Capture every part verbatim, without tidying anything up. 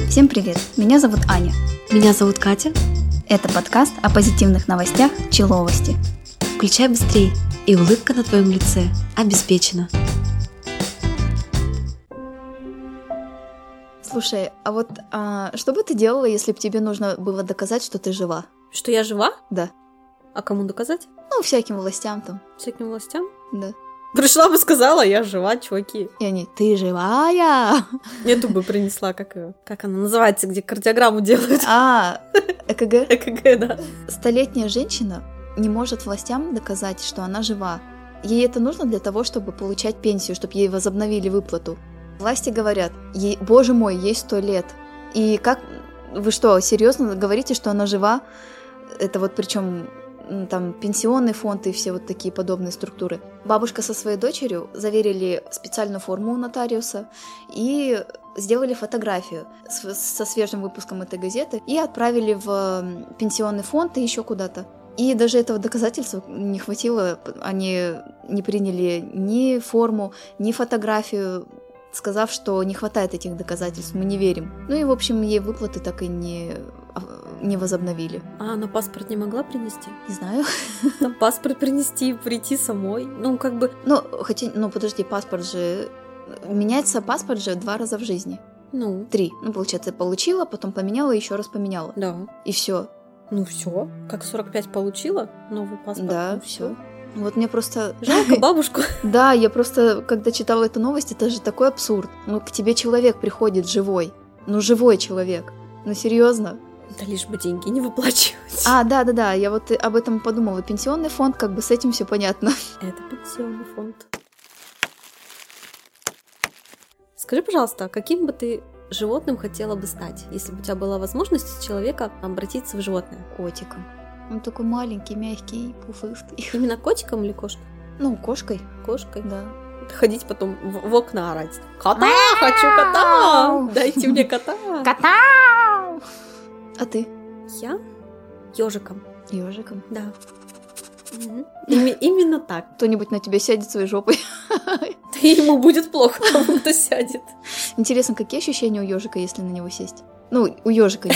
Всем привет, меня зовут Аня. Меня зовут Катя. Это подкаст о позитивных новостях Человости. Включай быстрей, и улыбка на твоем лице обеспечена. Слушай, а вот а, что бы ты делала, если бы тебе нужно было доказать, что ты жива? Что я жива? Да. А кому доказать? Ну, всяким властям там. Всяким властям? Да. Пришла бы, сказала, я жива, чуваки. И они, ты живая? Эту бы принесла, как ее, как она называется, где кардиограмму делают. А, ЭКГ? ЭКГ, да. Столетняя женщина не может властям доказать, что она жива. Ей это нужно для того, чтобы получать пенсию, чтобы ей возобновили выплату. Власти говорят, ей, боже мой, ей сто лет. И как, вы что, серьезно говорите, что она жива? Это вот причем там пенсионный фонд и все вот такие подобные структуры. Бабушка со своей дочерью заверили специальную форму у нотариуса и сделали фотографию с, со свежим выпуском этой газеты и отправили в пенсионный фонд и еще куда-то. И даже этого доказательства не хватило, они не приняли ни форму, ни фотографию, сказав, что не хватает этих доказательств, мы не верим. Ну и, в общем, ей выплаты так и не, не возобновили. А она паспорт не могла принести? Не знаю. Там паспорт принести, прийти самой. Ну, как бы... Ну, хотя, ну, подожди, паспорт же... Меняется паспорт же два раза в жизни. Ну. Три. Ну, получается, получила, потом поменяла, еще раз поменяла. Да. И все. Ну, все. Как сорок пять получила новый паспорт. Да, ну, все. Вот мне просто... Жалко бабушку. Да, я просто, когда читала эту новость, это же такой абсурд. Ну, к тебе человек приходит живой. Ну, живой человек. Ну, серьезно. Да лишь бы деньги не выплачивать. А, да-да-да, я вот об этом подумала. Пенсионный фонд, как бы с этим все понятно. Это пенсионный фонд. Скажи, пожалуйста, каким бы ты животным хотела бы стать, если бы у тебя была возможность человека обратиться в животное? Котиком. Он такой маленький, мягкий, пушистый. Именно котиком или кошкой? Ну, кошкой. Кошкой? Да. Ходить потом в, в окна орать. Кота! Хочу кота! Дайте мне кота! Кота! А ты? Я? Ёжиком. Ёжиком? Да. Угу. Ими, именно так. Кто-нибудь на тебя сядет своей жопой. Да ему будет плохо, тому кто сядет. Интересно, какие ощущения у ёжика, если на него сесть? Ну, у ёжика.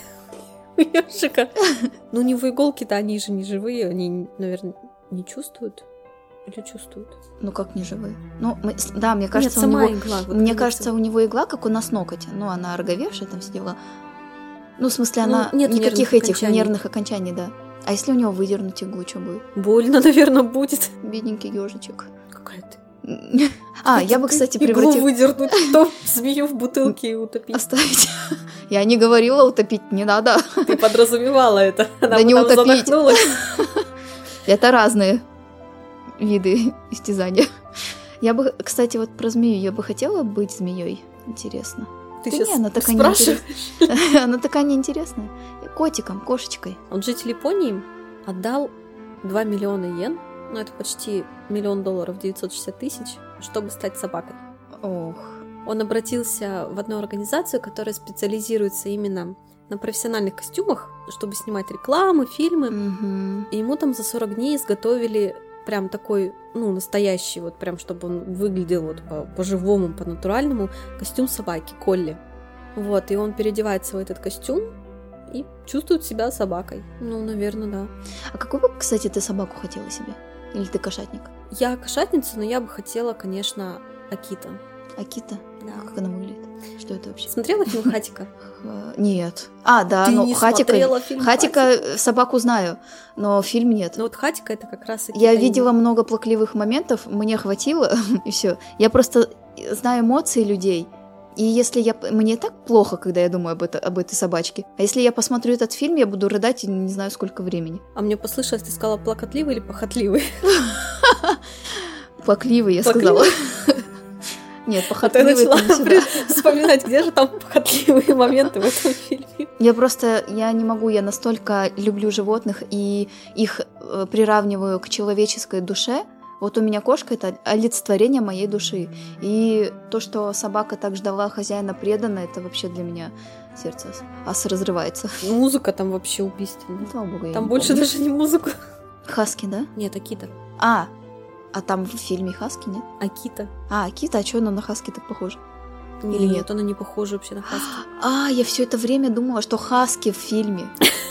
У ёжика. Ну, у него иголки-то, они же не живые, они, наверное, не чувствуют. Или чувствуют? Ну, как не живые? Ну, мы, да, мне кажется, Нет, у сама него... игла. Вот мне кажется, у него игла, как у нас ноготь. Ну, она ороговевшая, там все дела. Ну, в смысле, ну, она... нет никаких нервных этих окончаний. нервных окончаний, да. А если у него выдернуть иглу, что будет? Больно, наверное, будет. Бедненький ёжичек. Какая ты? А, я бы, кстати, иглу превратила... выдернуть, то змею в бутылке и утопить. Оставить. Я не говорила, утопить не надо. Ты подразумевала это. Она Да не потом утопить. задохнулась. Это разные виды истязания. Я бы, кстати, вот про змею, я бы хотела быть змеей. Интересно. Ты Да сейчас не, она такая спрашиваешь? неинтересная. Она такая неинтересная. Котиком, кошечкой. Он житель Японии отдал два миллиона йен, ну это почти миллион долларов, девятьсот шестьдесят тысяч, чтобы стать собакой. Ох. Он обратился в одну организацию, которая специализируется именно на профессиональных костюмах, чтобы снимать рекламы, фильмы. Угу. И ему там за сорок дней изготовили прям такой, ну, настоящий, вот прям, чтобы он выглядел вот по- по-живому, по-натуральному, костюм собаки, Колли. Вот, и он переодевается в этот костюм и чувствует себя собакой. Ну, наверное, да. А какую бы, кстати, ты собаку хотела себе? Или ты кошатник? Я кошатница, но я бы хотела, конечно, Акита. Акита? Да. Как она выглядит? Что это вообще? Смотрела фильм «Хатико»? Х- Нет. А, да, Ты ну не Хатико. смотрела фильм Хатико собаку знаю, но фильм нет. Ну вот «Хатико» — это как раз Акита. Я именно. видела много плакливых моментов, мне хватило, и все. Я просто знаю эмоции людей. И если я... Мне так плохо, когда я думаю об, это, об этой собачке. А если я посмотрю этот фильм, я буду рыдать и не знаю сколько времени. А мне послышалось, ты сказала плакатливый или похотливый? Плакливый, я Плакливый? сказала. Нет, А ты похотливый это начала не сюда. вспоминать, где же там похотливые моменты в этом фильме. Я просто, я не могу, я настолько люблю животных и их э, приравниваю к человеческой душе. Вот у меня кошка — это олицетворение моей души. И то, что собака так ждала хозяина преданно, это вообще для меня сердце ас разрывается. Музыка там вообще убийственная. Слава богу, я Там не больше помню. даже не музыка. Хаски, да? Нет, Акита. А, а там в фильме Хаски, нет? Акита. А, Акита, а чё она на Хаски так похожа? Или нет, нет? она не похожа вообще на хаски. А, я все это время думала, что хаски в фильме.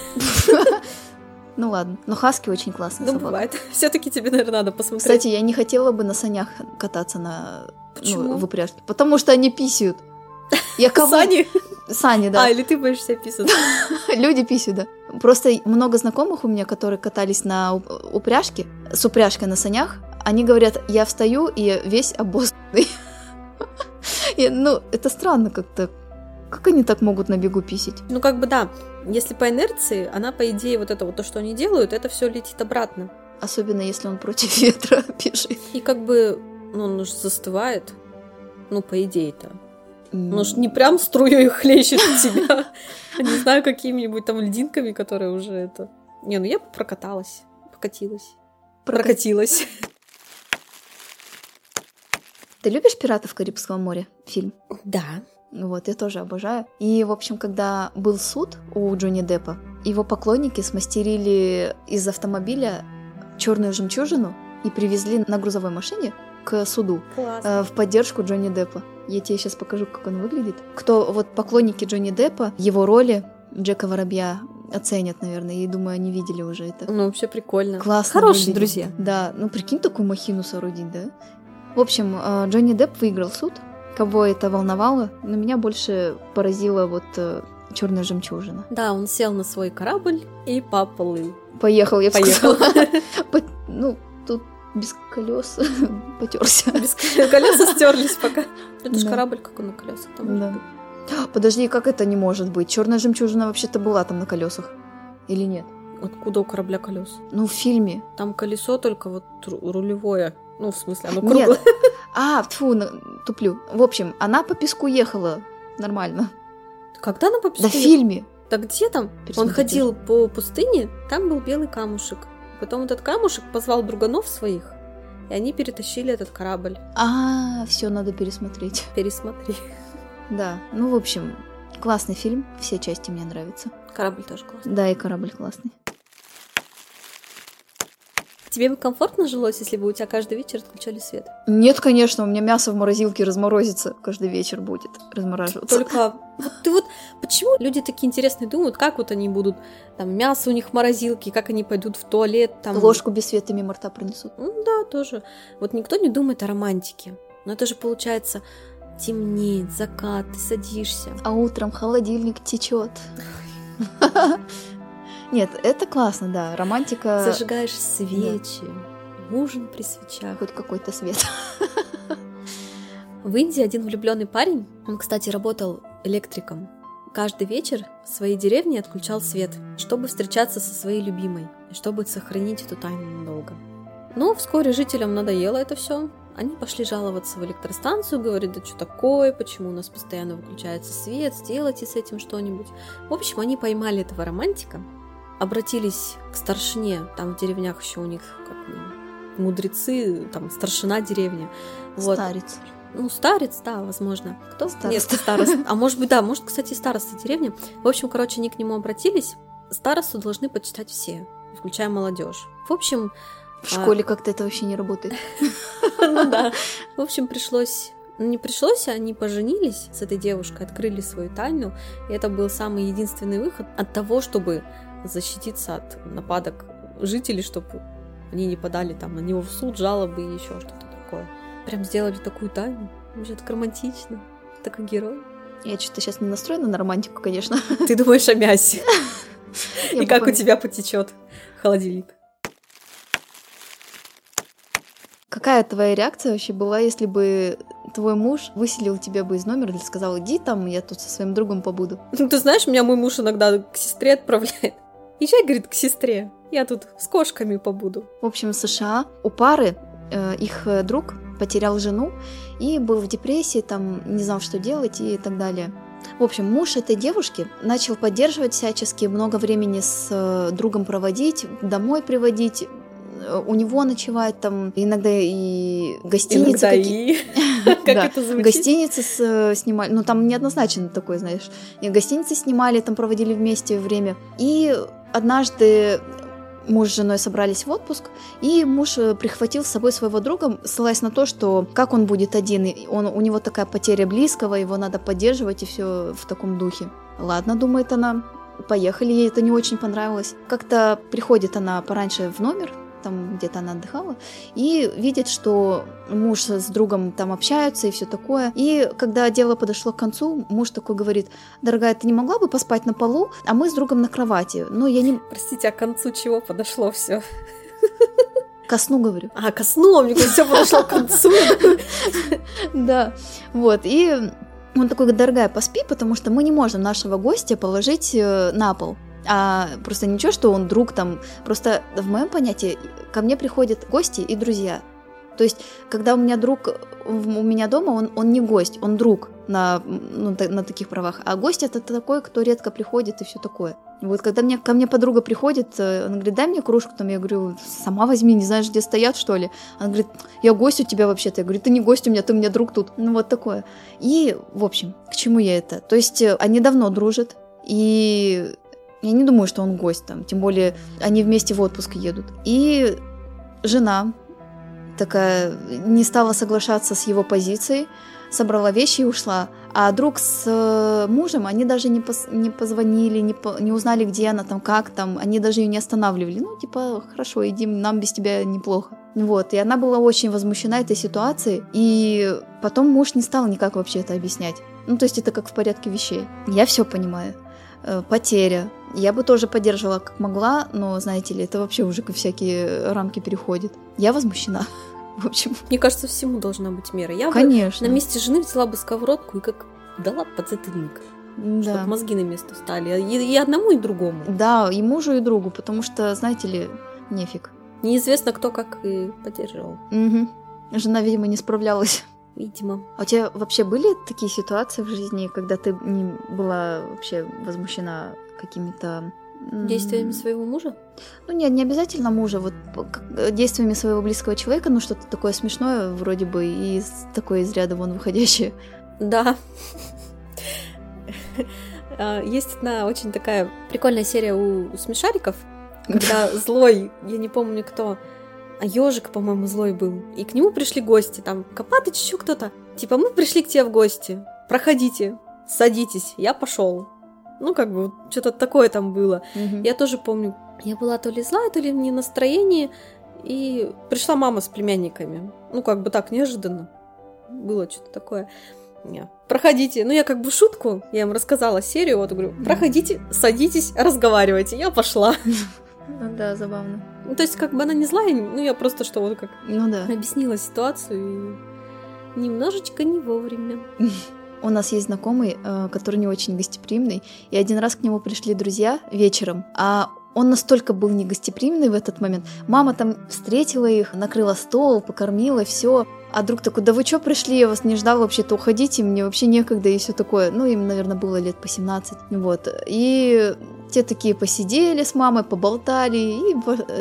Ну ладно, но хаски очень классная Ну, собака. бывает. Все-таки тебе, наверное, надо посмотреть. Кстати, я не хотела бы на санях кататься на Почему? ну, в упряжке, потому что они писают. Я кого... Сани? Сани, да. А, или ты боишься писать? Люди писают, да. Просто много знакомых у меня, которые катались на упряжке, с упряжкой на санях, они говорят, я встаю и весь обоссанный. И, ну, это странно как-то. Как они так могут на бегу писать? Ну, как бы да, если по инерции, она, по идее, вот это вот то, что они делают, это все летит обратно. Особенно если он против ветра бежит. И как бы, ну, он же застывает, ну, по идее-то. Ну, ж не прям струей хлещет в тебя. Не знаю, какими-нибудь там льдинками, которые уже это... Не, ну я бы прокаталась, покатилась. Прокатилась. Ты любишь «Пиратов Карибского моря» фильм? Да. Вот, я тоже обожаю. И, в общем, когда был суд у Джонни Деппа, его поклонники смастерили из автомобиля черную жемчужину и привезли на грузовой машине к суду. Классно. Э, в поддержку Джонни Деппа. Я тебе сейчас покажу, как он выглядит. Кто вот поклонники Джонни Деппа, его роли Джека Воробья оценят, наверное, и думаю, они видели уже это. Ну, вообще прикольно. Классно Хорошие выглядит. друзья. Да, ну прикинь, такую махину соорудить, да? В общем, э, Джонни Депп выиграл суд. Кого это волновало, но меня больше поразила вот э, черная жемчужина. Да, он сел на свой корабль и поплыл. Поехал, я бы Поехал. сказала. По- Ну, тут без колес потерся. Без колеса стерлись пока. Это же Да. корабль, как он на колесах там. Да. Подожди, как это не может быть? Черная жемчужина вообще-то была там на колесах. Или нет? Откуда у корабля колеса? Ну, в фильме. Там колесо только вот ру- рулевое. Ну, в смысле, оно круглое. Нет. А, тьфу, на- туплю. В общем, она по песку ехала нормально. Когда она по Да, песку в фильме. Да где там? Пересмотрите. Он ходил по пустыне, там был белый камушек. Потом этот камушек позвал друганов своих, и они перетащили этот корабль. А, все, надо пересмотреть. Пересмотри. Да, ну, в общем, классный фильм. Все части мне нравятся. Корабль тоже классный. Да, и корабль классный. Тебе бы комфортно жилось, если бы у тебя каждый вечер отключали свет? Нет, конечно, у меня мясо в морозилке разморозится. Каждый вечер будет размораживаться. Только вот ты вот почему люди такие интересные думают, как вот они будут там мясо у них в морозилке, как они пойдут в туалет, там Ложку без света мимо рта пронесут. Ну да, тоже. Вот никто не думает о романтике. Но это же получается темнеет, закат, ты садишься. А утром холодильник течет. Нет, это классно, да. Романтика. Зажигаешь свечи, ужин при свечах. Хоть какой-то свет. В Индии один влюбленный парень, он, кстати, работал электриком. Каждый вечер в своей деревне отключал свет, чтобы встречаться со своей любимой, и чтобы сохранить эту тайну надолго. Но вскоре жителям надоело это все. Они пошли жаловаться в электростанцию, говорят, да что такое, почему у нас постоянно выключается свет, сделайте с этим что-нибудь. В общем, они поймали этого романтика, обратились к старшине, там в деревнях еще у них как ну, мудрецы, там старшина деревни. Вот. Старец. Ну, старец, да, возможно. Кто? Староста. Нет, староста. А может быть, да, может, кстати, староста деревни. В общем, короче, они к нему обратились. Старосту должны почитать все, включая молодежь. В общем... В школе как-то это вообще не работает. Ну да. В общем, пришлось... Ну, не пришлось, они поженились с этой девушкой, открыли свою тайну, и это был самый единственный выход от того, чтобы защититься от нападок жителей, чтобы они не подали там на него в суд, жалобы и еще что-то такое. Прям сделали такую тайну. Вообще так романтично. Такой герой. Я что-то сейчас не настроена на романтику, конечно. Ты думаешь о мясе. Я И как у буквально- тебя потечет холодильник. Какая твоя реакция вообще была, если бы твой муж выселил тебя бы из номера или сказал, иди там, я тут со своим другом побуду? Ну, ты знаешь, меня мой муж иногда к сестре отправляет. Езжай, говорит, к сестре. Я тут с кошками побуду. В общем, в США у пары э, их э, друг потерял жену и был в депрессии, там не знал, что делать и так далее. В общем, муж этой девушки начал поддерживать всячески, много времени с э, другом проводить, домой приводить, э, у него ночевать, там иногда и гостиницы Иногда какие- и... Как Да, это звучит? гостиницы с- э, снимали, ну там неоднозначно такое, знаешь. И гостиницы снимали, там проводили вместе время. И однажды муж с женой собрались в отпуск, и муж прихватил с собой своего друга, ссылаясь на то, что как он будет один, он, у него такая потеря близкого, его надо поддерживать, и все в таком духе. Ладно, думает она, поехали, ей это не очень понравилось. Как-то приходит она пораньше в номер, там где-то она отдыхала, и видит, что муж с другом там общаются и все такое. И когда дело подошло к концу, муж такой говорит: дорогая, ты не могла бы поспать на полу, а мы с другом на кровати? Но я не... Простите, а к концу чего подошло все? Ко сну, говорю. А, ко сну, мне кажется, все подошло к концу. Да, вот, и он такой: дорогая, поспи, потому что мы не можем нашего гостя положить на пол. А просто ничего, что он друг там. Просто в моем понятии ко мне приходят гости и друзья. То есть, когда у меня друг у меня дома, он, он не гость, он друг на, ну, на таких правах. А гость — это такой, кто редко приходит и все такое. Вот когда мне, ко мне подруга приходит, она говорит: дай мне кружку, там, я говорю: сама возьми, не знаешь, где стоят, что ли? Она говорит: я гость у тебя вообще-то. Я говорю: ты не гость у меня, ты у меня друг тут. Ну вот такое. И, в общем, к чему я это? То есть, они давно дружат, и... я не думаю, что он гость там, тем более они вместе в отпуск едут. И жена такая не стала соглашаться с его позицией, собрала вещи и ушла. А друг с мужем, они даже не, пос- не позвонили, не, по- не узнали, где она там, как там, они даже ее не останавливали. Ну, типа, хорошо, иди, нам без тебя неплохо. Вот, и она была очень возмущена этой ситуацией, и потом муж не стал никак вообще это объяснять. Ну, то есть это как в порядке вещей. Я все понимаю. Потеря. Я бы тоже поддерживала как могла, но, знаете ли, это вообще уже всякие рамки переходит. Я возмущена. В общем. Мне кажется, всему должна быть мера. Я Конечно. бы на месте жены взяла бы сковородку и как дала подзатыльник. Да. Чтобы мозги на место стали. И, и одному, и другому. Да, и мужу, и другу, потому что, знаете ли, нефиг. Неизвестно, кто как и поддерживал. Угу. Жена, видимо, не справлялась. Видимо. А у тебя вообще были такие ситуации в жизни, когда ты не была вообще возмущена какими-то... Действиями своего мужа? Ну, нет, не обязательно мужа, вот действиями своего близкого человека, ну, что-то такое смешное вроде бы и такое из ряда вон выходящее. Да. Есть одна очень такая прикольная серия у смешариков, когда злой, я не помню кто, а ежик, по-моему, злой был. И к нему пришли гости, там, Копатыч, еще кто-то. Типа, мы пришли к тебе в гости, проходите, садитесь, я пошел. Ну, как бы, что-то такое там было. Mm-hmm. Я тоже помню, я была то ли злая, то ли не в настроении, и пришла мама с племянниками. Ну, как бы так, неожиданно. Было что-то такое. Не. Проходите. Ну, я как бы в шутку, я им рассказала серию, вот, говорю, проходите, садитесь, разговаривайте. Я пошла. Ну да, забавно. Ну, то есть, как бы она не злая, ну, я просто что вот как ну, да. объяснила ситуацию и немножечко не вовремя. У нас есть знакомый, который не очень гостеприимный, и один раз к нему пришли друзья вечером, а он настолько был негостеприимный в этот момент. Мама там встретила их, накрыла стол, покормила, все. А друг такой: да вы чё пришли, я вас не ждал вообще-то, уходите, мне вообще некогда и все такое. Ну, им, наверное, было лет по семнадцать. Вот. И те такие посидели с мамой, поболтали, и,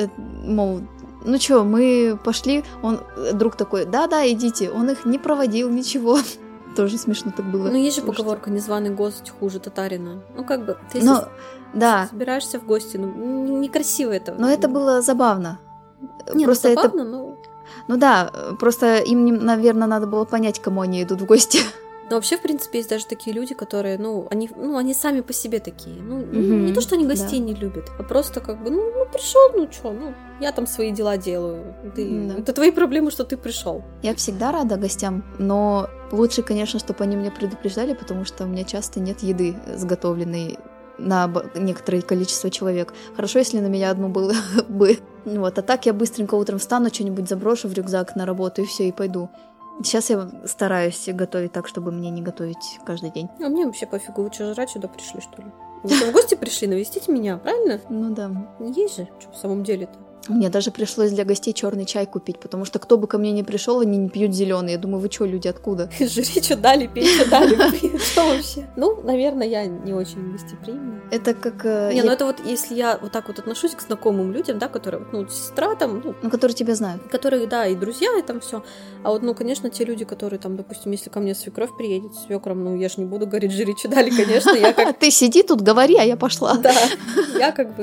мол, ну чё, мы пошли. Он, друг такой: да-да, идите. Он их не проводил, ничего. Тоже смешно так было. Ну, есть же поговорка: незваный гость хуже татарина. Ну, как бы, ты Но, да. собираешься в гости, ну, некрасиво это. Но это было забавно. Не, просто ну, забавно, это... но... Ну да, просто им, наверное, надо было понять, кому они идут в гости. Но вообще, в принципе, есть даже такие люди, которые, ну, они, ну, они сами по себе такие. Ну, Mm-hmm. не то, что они гостей да. не любят, а просто как бы, ну, ну пришел, ну что, ну, я там свои дела делаю. Ты... Да. Это твои проблемы, что ты пришел. Я всегда рада гостям, но лучше, конечно, чтобы они меня предупреждали, потому что у меня часто нет еды сготовленной на некоторое количество человек. Хорошо, если на меня одну было бы. Вот, а так я быстренько утром встану, что-нибудь заброшу в рюкзак на работу и все, и пойду. Сейчас я стараюсь готовить так, чтобы мне не готовить каждый день. А мне вообще пофигу, вы что, жрать сюда пришли, что ли? Вы в гости пришли навестить меня, правильно? Ну да. Есть же, что в самом деле-то. Мне даже пришлось для гостей черный чай купить, потому что кто бы ко мне не пришел, они не пьют зеленый. Я думаю, вы что, люди, откуда? Жри, что дали, пей, что дали. Что вообще? Ну, наверное, я не очень гостеприимна. Это как... Не, ну это вот, если я вот так вот отношусь к знакомым людям, да, которые, ну, сестра там, ну... Ну, которые тебя знают. Которые, да, и друзья, и там все. А вот, ну, конечно, те люди, которые там, допустим, если ко мне свекровь приедет, свекром, ну, я ж не буду говорить, жри, что дали, конечно, я как... Ты сиди тут, говори, а я пошла. Да, я как бы, ну...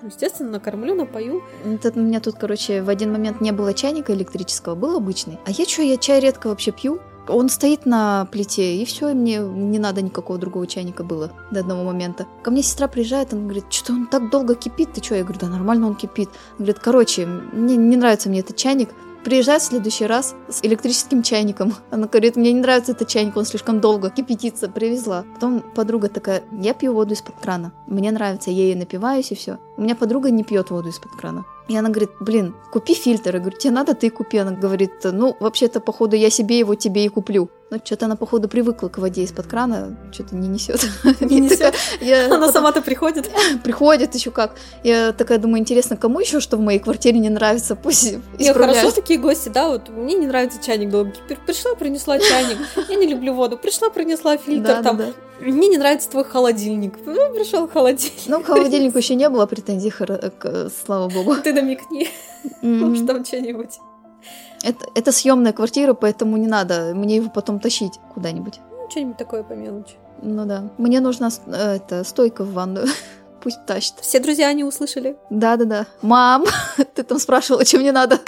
Естественно, накормлю, напою. Это у меня тут, короче, в один момент не было чайника электрического, был обычный. А я что, я чай редко вообще пью. Он стоит на плите, и все, мне не надо никакого другого чайника было до одного момента. Ко мне сестра приезжает, она говорит, что он так долго кипит, ты что? Я говорю, да нормально он кипит. Она говорит, короче, мне не нравится мне этот чайник. Приезжает в следующий раз с электрическим чайником. Она говорит, мне не нравится этот чайник, он слишком долго кипятится. Привезла. Потом подруга такая, я пью воду из-под крана. Мне нравится, я ей напиваюсь и все. У меня подруга не пьет воду из-под крана. И она говорит, блин, купи фильтр. Я говорю, тебе надо, ты купи. Она говорит, ну, вообще-то, походу, я себе его тебе и куплю. Но что-то она, походу, привыкла к воде из-под крана, что-то не несет. Не несет? Она сама-то приходит? Приходит еще как. Я такая думаю, интересно, кому еще что в моей квартире не нравится, пусть исправляет. Хорошо такие гости, да, вот мне не нравится чайник долгий. Пришла, принесла чайник. Я не люблю воду. Пришла, принесла фильтр там. Мне не нравится твой холодильник. Ну, пришел холодильник. Ну, к холодильнику еще не было претензий, слава богу. Ты намекни, может, там что-нибудь. Это, это съемная квартира, поэтому не надо мне его потом тащить куда-нибудь. Ну, что-нибудь такое по мелочи. Ну да. Мне нужна это, стойка в ванную. Пусть тащит. Все друзья не услышали? Да-да-да. Мам, ты там спрашивала, что мне надо.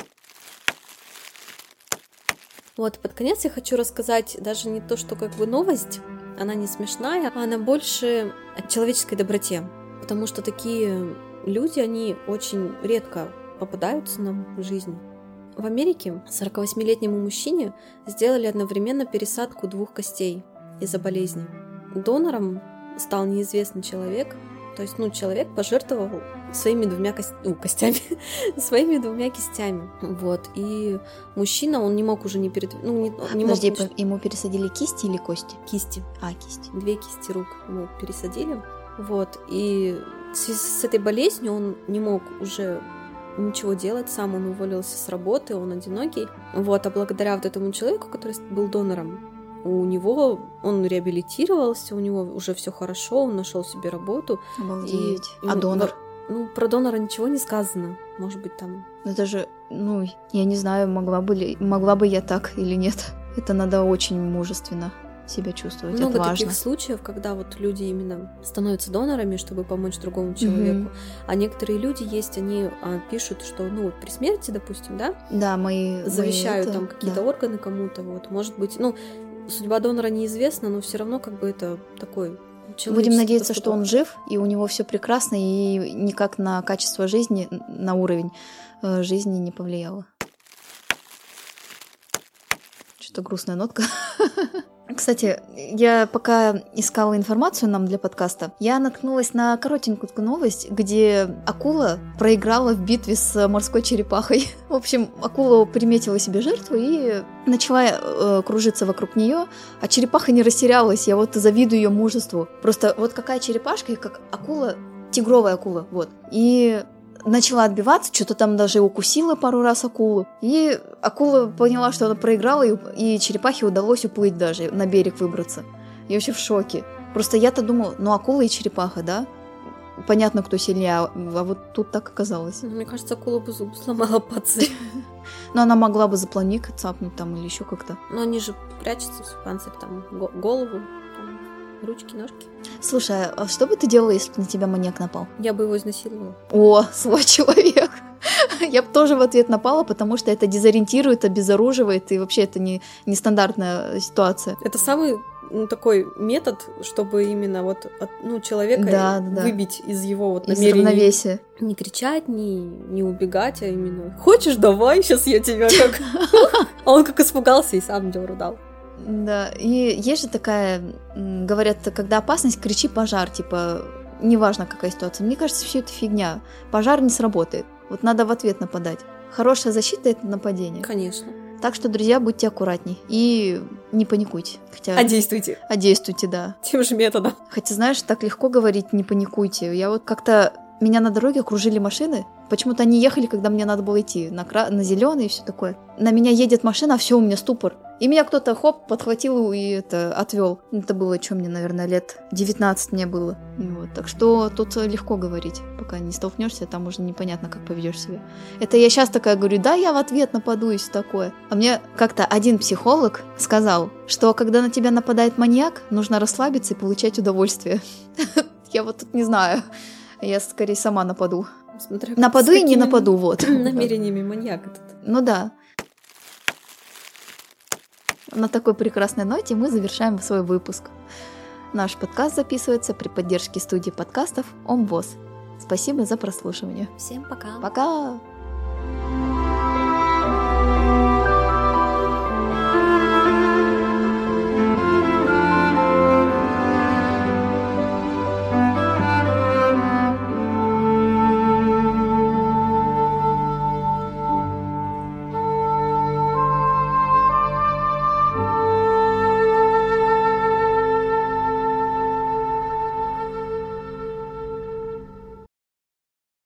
Вот, под конец я хочу рассказать даже не то, что как бы новость, она не смешная, а она больше о человеческой доброте. Потому что такие люди, они очень редко попадаются нам в жизни. В Америке сорокавосьмилетнему мужчине сделали одновременно пересадку двух костей из-за болезни. Донором стал неизвестный человек, то есть, ну, человек пожертвовал своими двумя кость... ну, костями, своими двумя кистями, вот, и мужчина, он не мог уже не перед... ну, не, не Подожди, мог... ему пересадили кисти или кости? Кисти. А, кисти. Две кисти рук ему пересадили, вот, и в связи с этой болезнью он не мог уже ничего делать сам, он уволился с работы, он одинокий, вот, а благодаря вот этому человеку, который был донором, у него, он реабилитировался, у него уже все хорошо, он нашел себе работу. Обалдеть. И, а и, донор? Ну, про донора ничего не сказано, может быть, там... Это же, ну, я не знаю, могла бы, ли, могла бы я так или нет. Это надо очень мужественно себя чувствовать, много отважно. Таких случаев, когда вот люди именно становятся донорами, чтобы помочь другому человеку, mm-hmm. а некоторые люди есть, они а, пишут, что, ну, вот при смерти, допустим, да? Да, мои... Завещают мои там это... какие-то да. органы кому-то, вот, может быть, ну, судьба донора неизвестна, но все равно как бы это такой... Будем надеяться, поступок. что он жив, и у него все прекрасно, и никак на качество жизни, на уровень э, жизни не повлияло. Что-то грустная нотка. Кстати, я пока искала информацию нам для подкаста, я наткнулась на коротенькую новость, где акула проиграла в битве с морской черепахой. В общем, акула приметила себе жертву и начала э, кружиться вокруг нее, а черепаха не растерялась. Я вот завидую ее мужеству. Просто вот какая черепашка, как акула, тигровая акула, вот. И начала отбиваться, что-то там даже укусила пару раз акулу. И акула поняла, что она проиграла, и, и черепахе удалось уплыть даже, на берег выбраться. Я вообще в шоке. Просто я-то думала, ну акула и черепаха, да? Понятно, кто сильнее, а вот тут так оказалось. Мне кажется, акула бы зуб сломала панцирь. Но она могла бы за плавник цапнуть там или еще как-то. Но они же прячутся в панцирь, там, голову, там, ручки, ножки. Слушай, а что бы ты делала, если бы на тебя маньяк напал? Я бы его изнасиловала. О, свой человек! Я бы тоже в ответ напала, потому что это дезориентирует, обезоруживает, и вообще это не нестандартная ситуация. Это самый ну, такой метод, чтобы именно вот от, ну, человека да, да, выбить да. из его вот намерений. Из равновесия. Не кричать, не, не убегать, а именно «Хочешь, давай, сейчас я тебя как...» А он как испугался и сам дёру дал. Да, и есть же такая, говорят, когда опасность, кричи пожар, типа, неважно какая ситуация. Мне кажется, все это фигня. Пожар не сработает. Вот надо в ответ нападать. Хорошая защита — это нападение. Конечно. Так что, друзья, будьте аккуратней и не паникуйте. Хотя... А действуйте. А действуйте, да. Тем же методом. Хотя, знаешь, так легко говорить «не паникуйте». Я вот как-то... Меня на дороге окружили машины. Почему-то они ехали, когда мне надо было идти. На, кра... на зеленый и все такое. На меня едет машина, а все, у меня ступор. И меня кто-то, хоп, подхватил и это отвел. Это было, что мне, наверное, лет девятнадцать мне было. Вот. Так что тут легко говорить. Пока не столкнешься, там уже непонятно, как поведешь себя. Это я сейчас такая говорю, да, я в ответ нападу и все такое. А мне как-то один психолог сказал, что когда на тебя нападает маньяк, нужно расслабиться и получать удовольствие. Я вот тут не знаю. Я скорее сама нападу. Смотря нападу и не нападу, вот. Намерениями маньяк этот. Ну да. На такой прекрасной ноте мы завершаем свой выпуск. Наш подкаст записывается при поддержке студии подкастов ОМВОС. Спасибо за прослушивание. Всем пока. Пока!